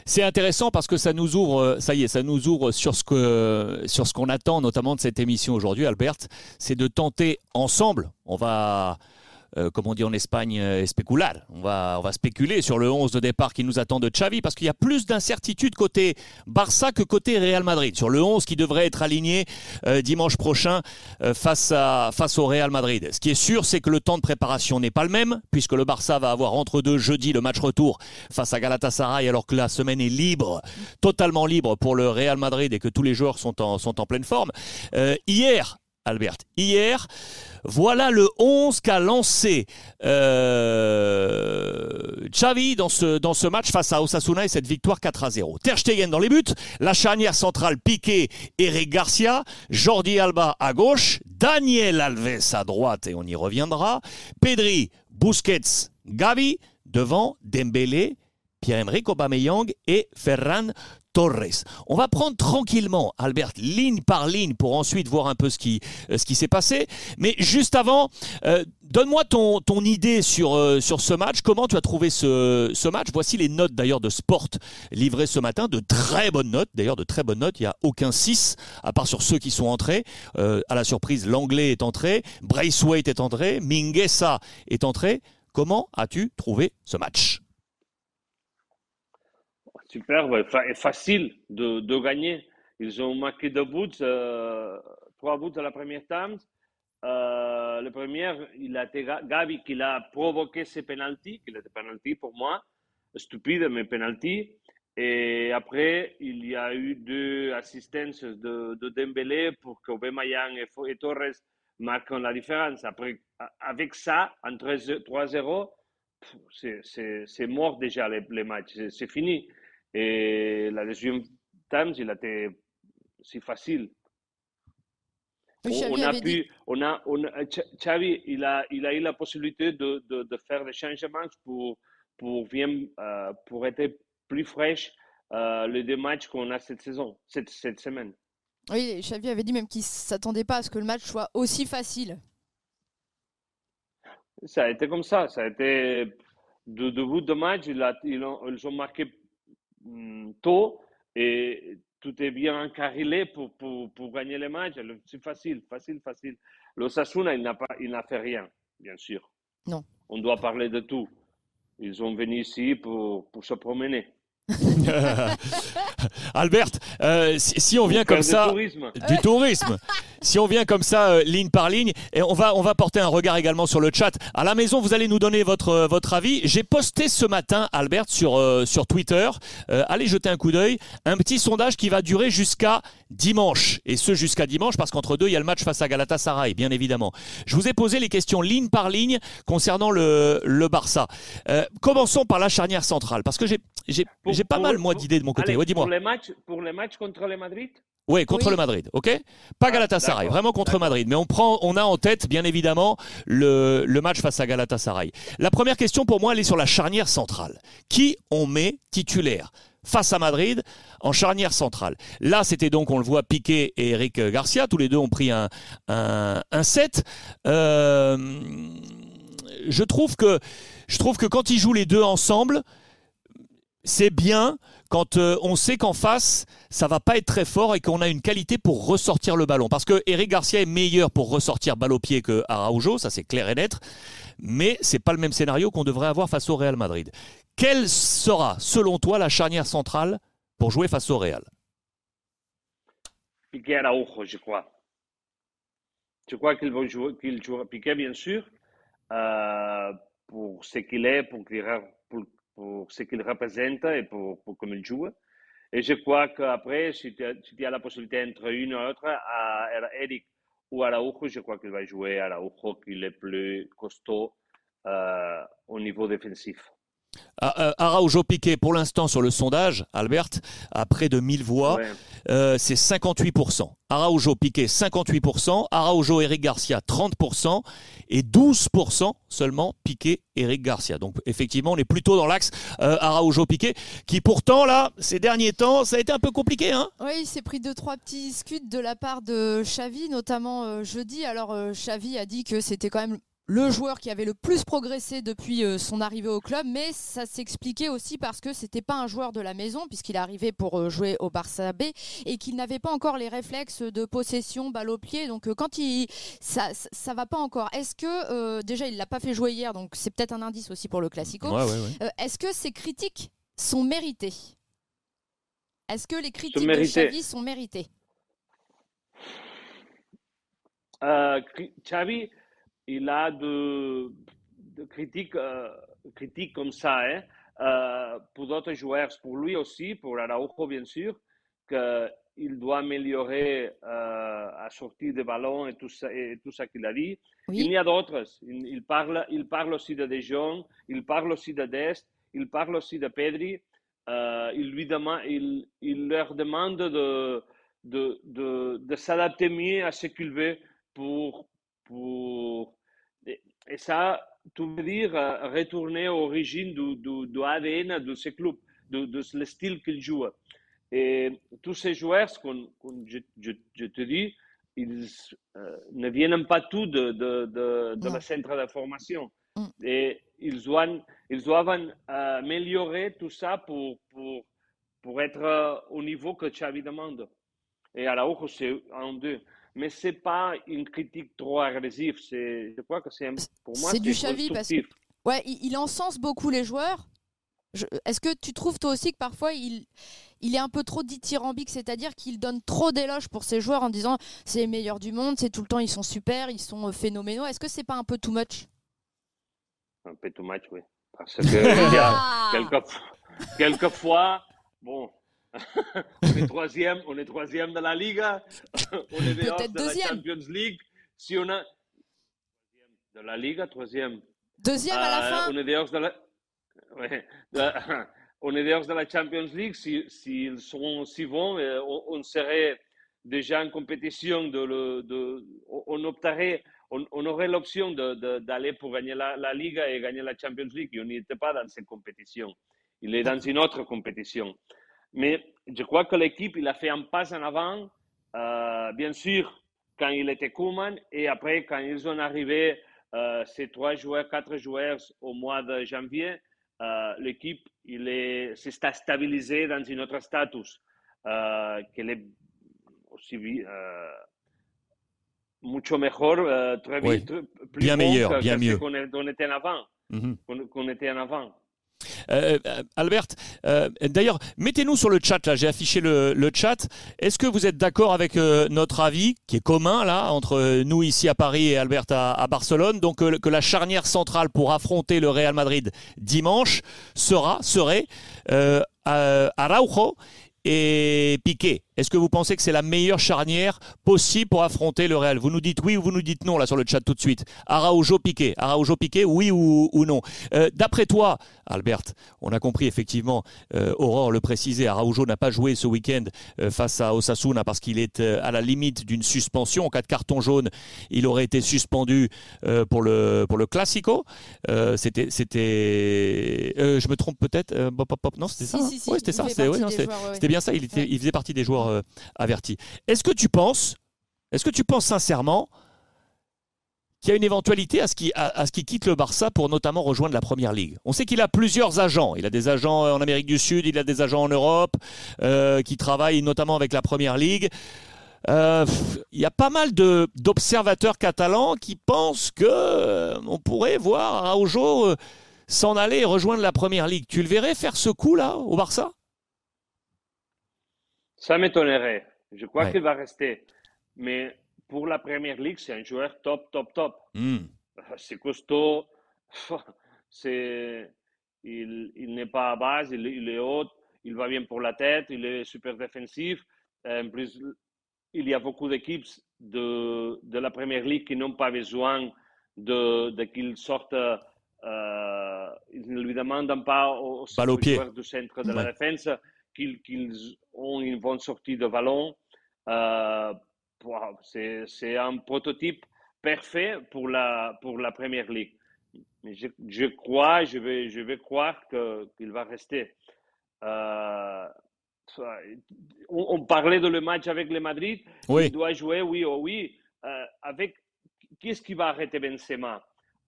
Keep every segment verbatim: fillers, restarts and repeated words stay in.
C'est intéressant parce que ça nous ouvre, ça y est, ça nous ouvre sur ce que, sur ce qu'on attend notamment de cette émission aujourd'hui, Albert. C'est de tenter ensemble, on va... Euh, comme on dit en Espagne, euh, spécular. On va, on va spéculer sur le onze de départ qui nous attend de Xavi parce qu'il y a plus d'incertitude côté Barça que côté Real Madrid. Sur le onze qui devrait être aligné euh, dimanche prochain euh, face, à, face au Real Madrid. Ce qui est sûr, c'est que le temps de préparation n'est pas le même puisque le Barça va avoir entre deux jeudi le match retour face à Galatasaray alors que la semaine est libre, totalement libre pour le Real Madrid et que tous les joueurs sont en, sont en pleine forme. Euh, hier, Albert, hier, voilà le onze qu'a lancé euh, Xavi dans ce, dans ce match face à Osasuna et cette victoire quatre à zéro. Ter Stegen dans les buts, la charnière centrale Piqué, Eric Garcia, Jordi Alba à gauche, Daniel Alves à droite et on y reviendra, Pedri, Busquets, Gavi, devant Dembélé, Pierre-Emerick Aubameyang et Ferran Torres. On va prendre tranquillement, Albert, ligne par ligne pour ensuite voir un peu ce qui, euh, ce qui s'est passé. Mais juste avant, euh, donne-moi ton, ton idée sur, euh, sur ce match. Comment tu as trouvé ce, ce match? Voici les notes d'ailleurs de Sport livrées ce matin. De très bonnes notes, d'ailleurs de très bonnes notes. Il n'y a aucun six, à part sur ceux qui sont entrés. Euh, à la surprise, l'anglais est entré, Braithwaite est entré, Mingueza est entré. Comment as-tu trouvé ce match? Super, ouais, fa- facile de, de gagner. Ils ont marqué deux buts, euh, trois buts à la première temps. Euh, le premier, il a été Gavi qui a provoqué ce penalty, qui était penalty pour moi, stupide mais penalty. Et après, il y a eu deux assistances de, de Dembélé pour que Aubameyang et, et Torres marquent la différence. Après, avec ça, en trois zéro, c'est, c'est, c'est mort déjà les, les matchs, c'est, c'est fini. Et la deuxième temps, il a été si facile. Oui, on, on a pu, dit... on a, on a, Xavi, il a, il a eu la possibilité de, de, de faire des changements pour, pour, bien, euh, pour être plus fraîche euh, les deux matchs qu'on a cette saison, cette, cette semaine. Oui, Xavi avait dit même qu'il ne s'attendait pas à ce que le match soit aussi facile. Ça a été comme ça. Ça a été de début de match, il a, ils, ont, ils ont marqué tôt et tout est bien encarrilé pour, pour, pour gagner les matchs. C'est facile, facile, facile. L'Osasuna, il n'a pas, il n'a fait rien, bien sûr. Non. On doit parler de tout. Ils sont venus ici pour, pour se promener. Albert, euh, si, si on vient comme ça, du tourisme, du tourisme. Si on vient comme ça, euh, ligne par ligne, et on va, on va porter un regard également sur le chat. À la maison, vous allez nous donner votre, euh, votre avis. J'ai posté ce matin, Albert, sur, euh, sur Twitter. Euh, allez jeter un coup d'œil. Un petit sondage qui va durer jusqu'à dimanche. Et ce, jusqu'à dimanche, parce qu'entre deux, il y a le match face à Galatasaray, bien évidemment. Je vous ai posé les questions ligne par ligne concernant le, le Barça. Euh, commençons par la charnière centrale, parce que j'ai, j'ai, pour, j'ai pas pour, mal, moi, pour, d'idées de mon côté. Allez, Ouais, dis-moi. Pour les matchs, pour les matchs contre le Madrid. Oui, contre oui. le Madrid, ok. Pas Galatasaray, ah, vraiment contre d'accord. Madrid. Mais on prend, on a en tête, bien évidemment, le, le match face à Galatasaray. La première question pour moi, elle est sur la charnière centrale. Qui on met titulaire face à Madrid en charnière centrale? Là, c'était donc, on le voit, Piqué et Eric Garcia. Tous les deux ont pris un, un, un set. Euh, je trouve que, je trouve que quand ils jouent les deux ensemble, c'est bien quand euh, on sait qu'en face, ça va pas être très fort et qu'on a une qualité pour ressortir le ballon. Parce que Eric Garcia est meilleur pour ressortir balle au pied que Araujo, ça c'est clair et net. Mais c'est pas le même scénario qu'on devrait avoir face au Real Madrid. Quelle sera, selon toi, la charnière centrale pour jouer face au Real? Piqué Araujo, je crois. Je crois qu'il va jouer, qu'il jouera Piqué, bien sûr, euh, pour ce qu'il est, pour, pour, pour ce qu'il représente et pour, pour comment il joue. Et je crois qu'après, si tu as, si tu as la possibilité entre une ou l'autre, à Eric ou Araujo, je crois qu'il va jouer Araujo, qui est plus costaud euh, au niveau défensif. Araujo Piqué, pour l'instant, sur le sondage, Albert, à près de mille voix, ouais. euh, c'est cinquante-huit pour cent. Araujo Piqué, cinquante-huit pour cent. Araujo Eric Garcia, trente pour cent. Et douze pour cent seulement Piqué Eric Garcia. Donc, effectivement, on est plutôt dans l'axe euh, Araujo Piqué, qui pourtant, là, ces derniers temps, ça a été un peu compliqué. Hein oui, il s'est pris deux, trois petits scuds de la part de Xavi, notamment euh, jeudi. Alors, euh, Xavi a dit que c'était quand même le joueur qui avait le plus progressé depuis euh, son arrivée au club, mais ça s'expliquait aussi parce que c'était pas un joueur de la maison puisqu'il est arrivé pour euh, jouer au Barça B et qu'il n'avait pas encore les réflexes de possession, balle au pied. Donc euh, quand il ça, ça ça va pas encore. Est-ce que euh, déjà il l'a pas fait jouer hier, donc c'est peut-être un indice aussi pour le Classico. Ouais, ouais, ouais. Euh, est-ce que ces critiques sont méritées? Est-ce que les critiques de mérité. Xavi sont méritées? Euh, Cri- Xavi, il a de, de critiques, euh, critiques comme ça, hein, euh, pour d'autres joueurs, pour lui aussi, pour Araujo bien sûr, qu'il doit améliorer euh, à sortir des ballons et tout ça, et tout ça qu'il a dit. Oui. Il y a d'autres. Il, il parle, il parle aussi de De Jong, il parle aussi de Dest, il parle aussi de Pedri. Euh, il, lui demande, il, il leur demande de, de, de, de s'adapter mieux à ce qu'il veut pour, pour... Et, et ça, tu veux dire euh, retourner aux origines du, du, du A D N de ce club, de, de le style qu'il joue. Et tous ces joueurs, comme, comme je, je, je te dis, ils euh, ne viennent pas tous de, de, de, de le centre de formation. Mm. Et ils doivent, ils doivent euh, améliorer tout ça pour, pour, pour être euh, au niveau que Xavi demande. Et Araujo, c'est un d'eux. Mais ce n'est pas une critique trop agressive. C'est, je crois que c'est, pour moi, C'est c'est du Xavi parce que constructif. ouais, il, il encense beaucoup les joueurs. Je- Est-ce que tu trouves toi aussi que parfois il, il est un peu trop dithyrambique, c'est-à-dire qu'il donne trop d'éloges pour ses joueurs en disant c'est les meilleurs du monde, c'est tout le temps ils sont super, ils sont euh, phénoménaux. Est-ce que c'est pas un peu too much? Un peu too much, oui. Parce que il y a Ah quelques, quelquefois, bon, on est troisième, on est troisième de la Liga, on est dehors Peut-être de la deuxième. Champions League. Si on a de la Liga, troisième. Deuxième à la Euh, fin. on est dehors de la, ouais, de- on est dehors de la Champions League. Si, s'ils sont si bons, euh, on, on serait déjà en compétition. De le, de, on- on opterait, on, on aurait l'option de, de- d'aller pour gagner la, la Liga et gagner la Champions League. Et on n'était pas dans cette compétition. Il est dans une autre compétition. Mais je crois que l'équipe, il a fait un pas en avant, euh, bien sûr, quand il était Koeman, et après, quand ils sont arrivés, euh, ces trois joueurs, quatre joueurs au mois de janvier, euh, l'équipe, il est, s'est stabilisée dans un autre statut, euh, qu'elle est aussi euh, mucho mejor, euh, très Oui. vite, plus Bien bon meilleur, que, bien que ce mieux. qu'on, est- qu'on était en avant, Mhm. qu'on, qu'on était en avant. Euh, euh, Albert, euh, d'ailleurs, mettez-nous sur le chat, là, j'ai affiché le, le chat. Est-ce que vous êtes d'accord avec euh, notre avis, qui est commun, là, entre nous ici à Paris et Albert à, à Barcelone, donc euh, que la charnière centrale pour affronter le Real Madrid dimanche sera, serait euh, euh, Araujo et Piqué? Est-ce que vous pensez que c'est la meilleure charnière possible pour affronter le Real? Vous nous dites oui ou vous nous dites non là sur le chat tout de suite. Araujo, Piqué. Araujo, Piqué, oui ou, ou non. Euh, d'après toi, Albert, on a compris effectivement, euh, Aurore le précisait, Araujo n'a pas joué ce week-end euh, face à Osasuna parce qu'il est euh, à la limite d'une suspension. En cas de carton jaune, il aurait été suspendu euh, pour le pour le Classico. Euh, c'était c'était, euh, je me trompe peut-être. Euh, pop, pop, pop. Non, c'était Si, ça. hein si, si, ouais, c'était il ça. fait C'était, ouais, partie non, des c'était- joueurs, ouais, ouais. c'était bien ça. Il était, Ouais. il faisait partie des joueurs euh, avertis. Est-ce que tu penses, est-ce que tu penses sincèrement qu'il y a une éventualité à ce qu'il à, à ce qu'il quitte le Barça pour notamment rejoindre la Première Ligue? On sait qu'il a plusieurs agents. Il a des agents en Amérique du Sud, il a des agents en Europe euh, qui travaillent notamment avec la Première Ligue. Euh, pff, Il y a pas mal de, d'observateurs catalans qui pensent que euh, on pourrait voir Araujo euh, s'en aller et rejoindre la Première Ligue. Tu le verrais faire ce coup-là au Barça? Ça m'étonnerait. Je crois Ouais. qu'il va rester. Mais pour la Première Ligue, c'est un joueur top, top, top. Hmm. C'est costaud. C'est, il, il n'est pas à base, il, il est haut, il va bien pour la tête, il est super défensif. En plus, il y a beaucoup d'équipes de, de la Première Ligue qui n'ont pas besoin de, de qu'il sorte. Euh, ils ne lui demandent pas aux, aux Balle au pied. joueurs du centre de la Ouais. défense qu'ils, qu'ils ont une bonne sortie de ballon. Euh, wow, c'est, c'est un prototype parfait pour la, pour la Première Ligue. Mais je, je crois, je vais, je vais croire que, qu'il va rester. Euh, on, on parlait de le match avec le Madrid. Oui. Il doit jouer, oui ou oui. Euh, avec, qu'est-ce qui va arrêter Benzema?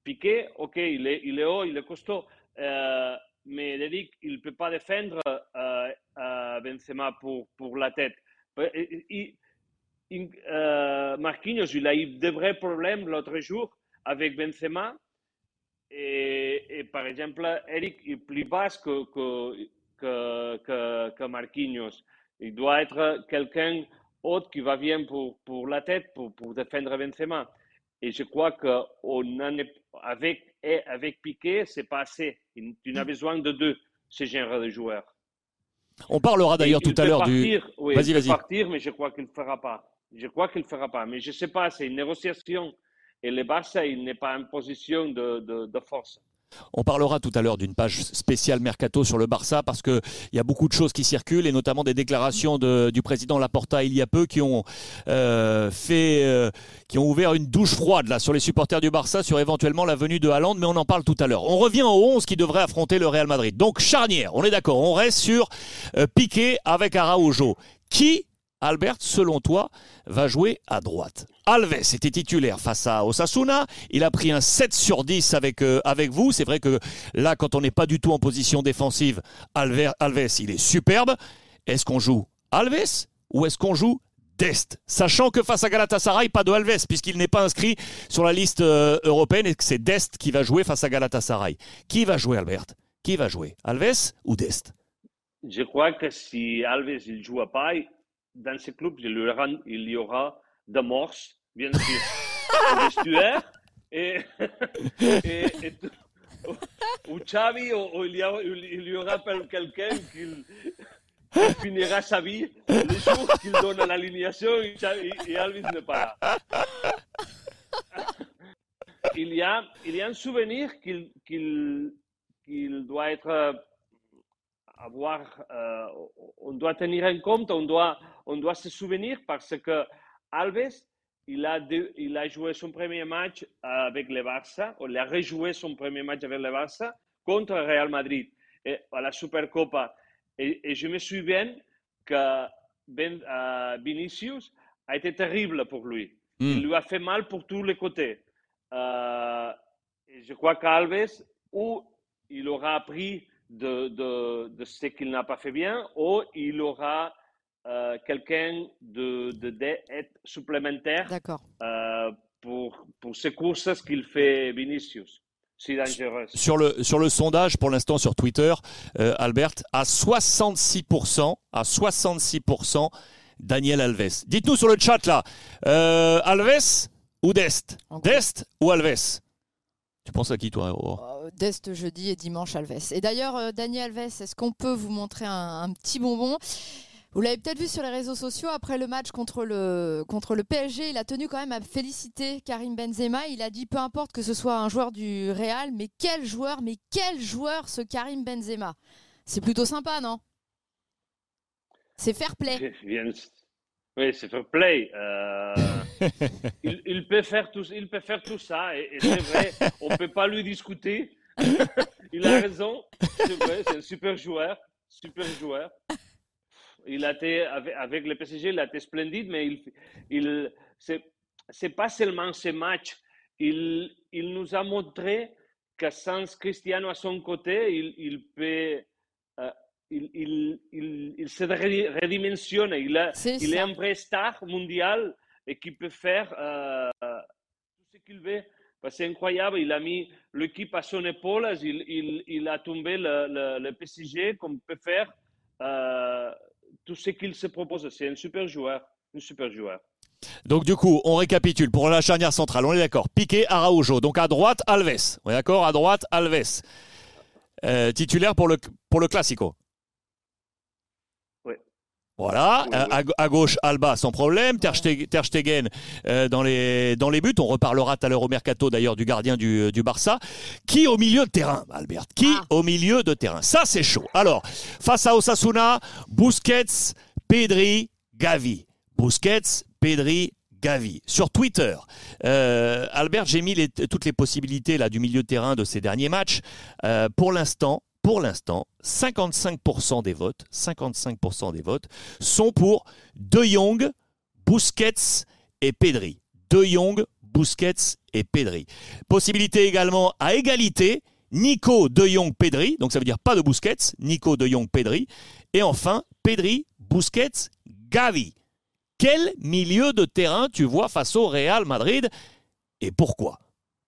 Piqué, ok, il est, il est haut, il est costaud, euh, mais Eric, il ne peut pas défendre euh, euh, Benzema pour, pour la tête. Il, il, euh, Marquinhos, il a eu de vrais problèmes l'autre jour avec Benzema. Et, et par exemple, Eric est plus bas que, que, que, que, que Marquinhos. Il doit être quelqu'un autre qui va bien pour, pour la tête, pour, pour défendre Benzema. Et je crois qu'avec avec Piqué, c'est pas assez. Tu as besoin de deux, ce genre de joueurs. On parlera d'ailleurs tout à l'heure du... Oui, vas-y, vas-y. Partir, mais je crois qu'il ne fera pas. Je crois qu'il ne fera pas. Mais je ne sais pas, c'est une négociation. Et le Barça, il n'est pas en position de, de, de force. On parlera tout à l'heure d'une page spéciale Mercato sur le Barça parce qu'il y a beaucoup de choses qui circulent et notamment des déclarations de, du président Laporta il y a peu qui ont, euh, fait, euh, qui ont ouvert une douche froide là, sur les supporters du Barça sur éventuellement la venue de Haaland, mais on en parle tout à l'heure. On revient au onze qui devrait affronter le Real Madrid. Donc charnière, on est d'accord, on reste sur euh, Piqué avec Araujo. Qui, Albert, selon toi, va jouer à droite? Alves était titulaire face à Osasuna. Il a pris un sept sur dix avec, euh, avec vous. C'est vrai que là, quand on n'est pas du tout en position défensive, Alves, Alves il est superbe. Est-ce qu'on joue Alves ou est-ce qu'on joue Dest? Sachant que face à Galatasaray, pas de Alves, puisqu'il n'est pas inscrit sur la liste euh, européenne et que c'est Dest qui va jouer face à Galatasaray. Qui va jouer, Albert? Qui va jouer? Alves ou Dest? Je crois que si Alves ne joue pas, dans ce club, il y aura, il y aura de morse, bien sûr, au vestiaire, et, et, et, ou Xavi, ou, ou il, y a, il y aura quelqu'un qui, qui finira sa vie le jour qu'il donne l'alignation et, et Alves n'est pas là. Il y a, il y a un souvenir qu'il, qu'il, qu'il doit être... Avoir, euh, on doit tenir en compte, on doit, on doit se souvenir parce que Alves, il a, de, il a joué son premier match avec le Barça, ou il a rejoué son premier match avec le Barça contre le Real Madrid et, à la Supercopa. Et, et je me souviens que ben, uh, Vinicius a été terrible pour lui. Mm. Il lui a fait mal pour tous les côtés. Euh, et je crois qu'Alves, ou il aura appris De, de, de ce qu'il n'a pas fait bien, ou il aura euh, quelqu'un de, de, d'aide supplémentaire euh, pour, pour ces courses qu'il fait Vinicius. C'est dangereux. Sur le, sur le sondage, pour l'instant sur Twitter, euh, Albert, à soixante-six pour cent, à soixante-six pour cent, Daniel Alves. Dites-nous sur le chat là, euh, Alves ou Dest? Okay. Dest ou Alves? Tu penses à qui, toi, euh, Dest jeudi et dimanche, Alves. Et d'ailleurs, euh, Daniel Alves, est-ce qu'on peut vous montrer un, un petit bonbon? Vous l'avez peut-être vu sur les réseaux sociaux, après le match contre le, contre le P S G, il a tenu quand même à féliciter Karim Benzema. Il a dit, peu importe que ce soit un joueur du Real, mais quel joueur, mais quel joueur ce Karim Benzema. C'est plutôt sympa, non? C'est fair play. Oui, c'est fair play. Euh, il, il, peut faire tout, il peut faire tout ça, et, et c'est vrai, on ne peut pas lui discuter. Il a raison, c'est vrai, c'est un super joueur, super joueur. Il a été, avec, avec le P S G, il a été splendide, mais il, il, c'est, c'est pas seulement ce match. Il, il nous a montré que sans Cristiano à son côté, il, il peut... Euh, Il, il, il, il se redimensionne, il, a, il est un vrai star mondial et qui peut faire euh, tout ce qu'il veut. C'est incroyable, il a mis l'équipe à son épaule, il, il, il a tombé le, le, le P S G comme peut faire euh, tout ce qu'il se propose. C'est un super joueur, un super joueur. Donc du coup, on récapitule pour la charnière centrale, on est d'accord. Piqué, Araujo, donc à droite, Alves. On est d'accord, à droite, Alves. Euh, titulaire pour le, pour le Classico. Voilà, oui, oui. À, à gauche, Alba, sans problème. Ter Stegen, Ter Stegen euh, dans, les, dans les buts. On reparlera tout à l'heure au Mercato, d'ailleurs, du gardien du, du Barça. Qui au milieu de terrain, Albert? Qui ah. au milieu de terrain? Ça, c'est chaud. Alors, face à Osasuna, Busquets, Pedri, Gavi. Busquets, Pedri, Gavi. Sur Twitter, euh, Albert, j'ai mis les, toutes les possibilités là, du milieu de terrain de ces derniers matchs. Euh, pour l'instant, Pour l'instant, cinquante-cinq pour cent des votes, cinquante-cinq pour cent des votes sont pour De Jong, Busquets et Pedri. De Jong, Busquets et Pedri. Possibilité également à égalité, Nico, De Jong, Pedri. Donc ça veut dire pas de Busquets, Nico, De Jong, Pedri. Et enfin, Pedri, Busquets, Gavi. Quel milieu de terrain tu vois face au Real Madrid et pourquoi?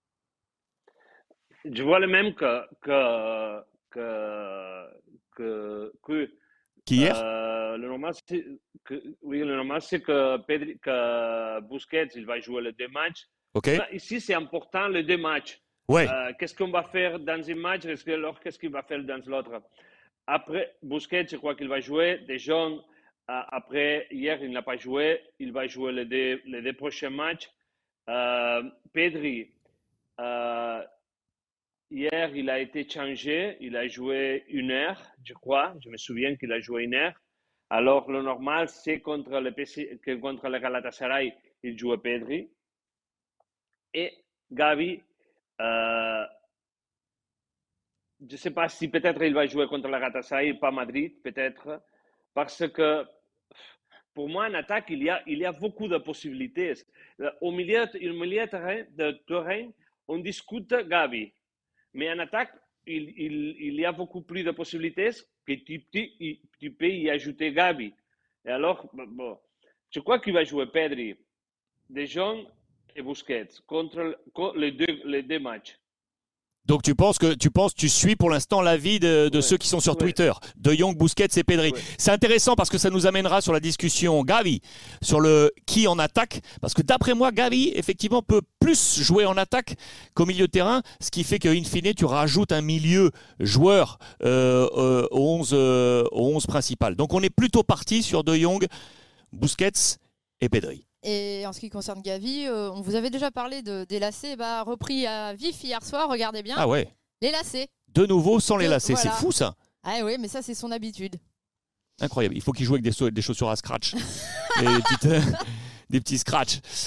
Je vois le même que, que, que, que, que Qu'hier euh, le normal, c'est que, oui, le normal, c'est que, Pedri, que Busquets, il va jouer les deux matchs. Ok. Là, ici, c'est important, les deux matchs. Ouais. Euh, qu'est-ce qu'on va faire dans un match, alors qu'est-ce qu'il va faire dans l'autre? Après, Busquets, je crois qu'il va jouer. De Jong, euh, après, hier, il n'a pas joué. Il va jouer les deux, les deux prochains matchs. Euh, Pedri, euh, hier, il a été changé. Il a joué une heure, je crois. Je me souviens qu'il a joué une heure. Alors, le normal, c'est contre le, P C, que contre le Galatasaray, il jouait Pedri. Et Gavi, euh, je ne sais pas si peut-être il va jouer contre le Galatasaray, pas Madrid, peut-être. Parce que pour moi, en attaque, il y a, il y a beaucoup de possibilités. Au milieu, au milieu de terrain, de terrain, on discute Gavi. Mais en attaque, il, il, il y a beaucoup plus de possibilités que tu, tu, tu peux y ajouter Gavi. Et alors, bon, je crois qu'il va jouer Pedri, De Jong et Busquets contre les deux, les deux matchs. Donc tu penses que tu penses, tu suis pour l'instant l'avis de, de ouais. ceux qui sont sur ouais. Twitter, De Jong, Busquets et Pedri. Ouais. C'est intéressant parce que ça nous amènera sur la discussion Gavi, sur le qui en attaque. Parce que d'après moi, Gavi, effectivement, peut plus jouer en attaque qu'au milieu de terrain, ce qui fait qu'in fine, tu rajoutes un milieu joueur euh, euh, au, onze, euh, au onze principal. Donc on est plutôt parti sur De Jong, Busquets et Pedri. Et en ce qui concerne Gavi, euh, on vous avait déjà parlé de, des lacets, bah, repris à vif hier soir, regardez bien. Ah ouais. Les lacets. De nouveau sans les lacets, voilà. C'est fou ça. Ah oui, mais ça c'est son habitude. Incroyable, il faut qu'il joue avec des, des chaussures à scratch. des, petites, des petits scratchs.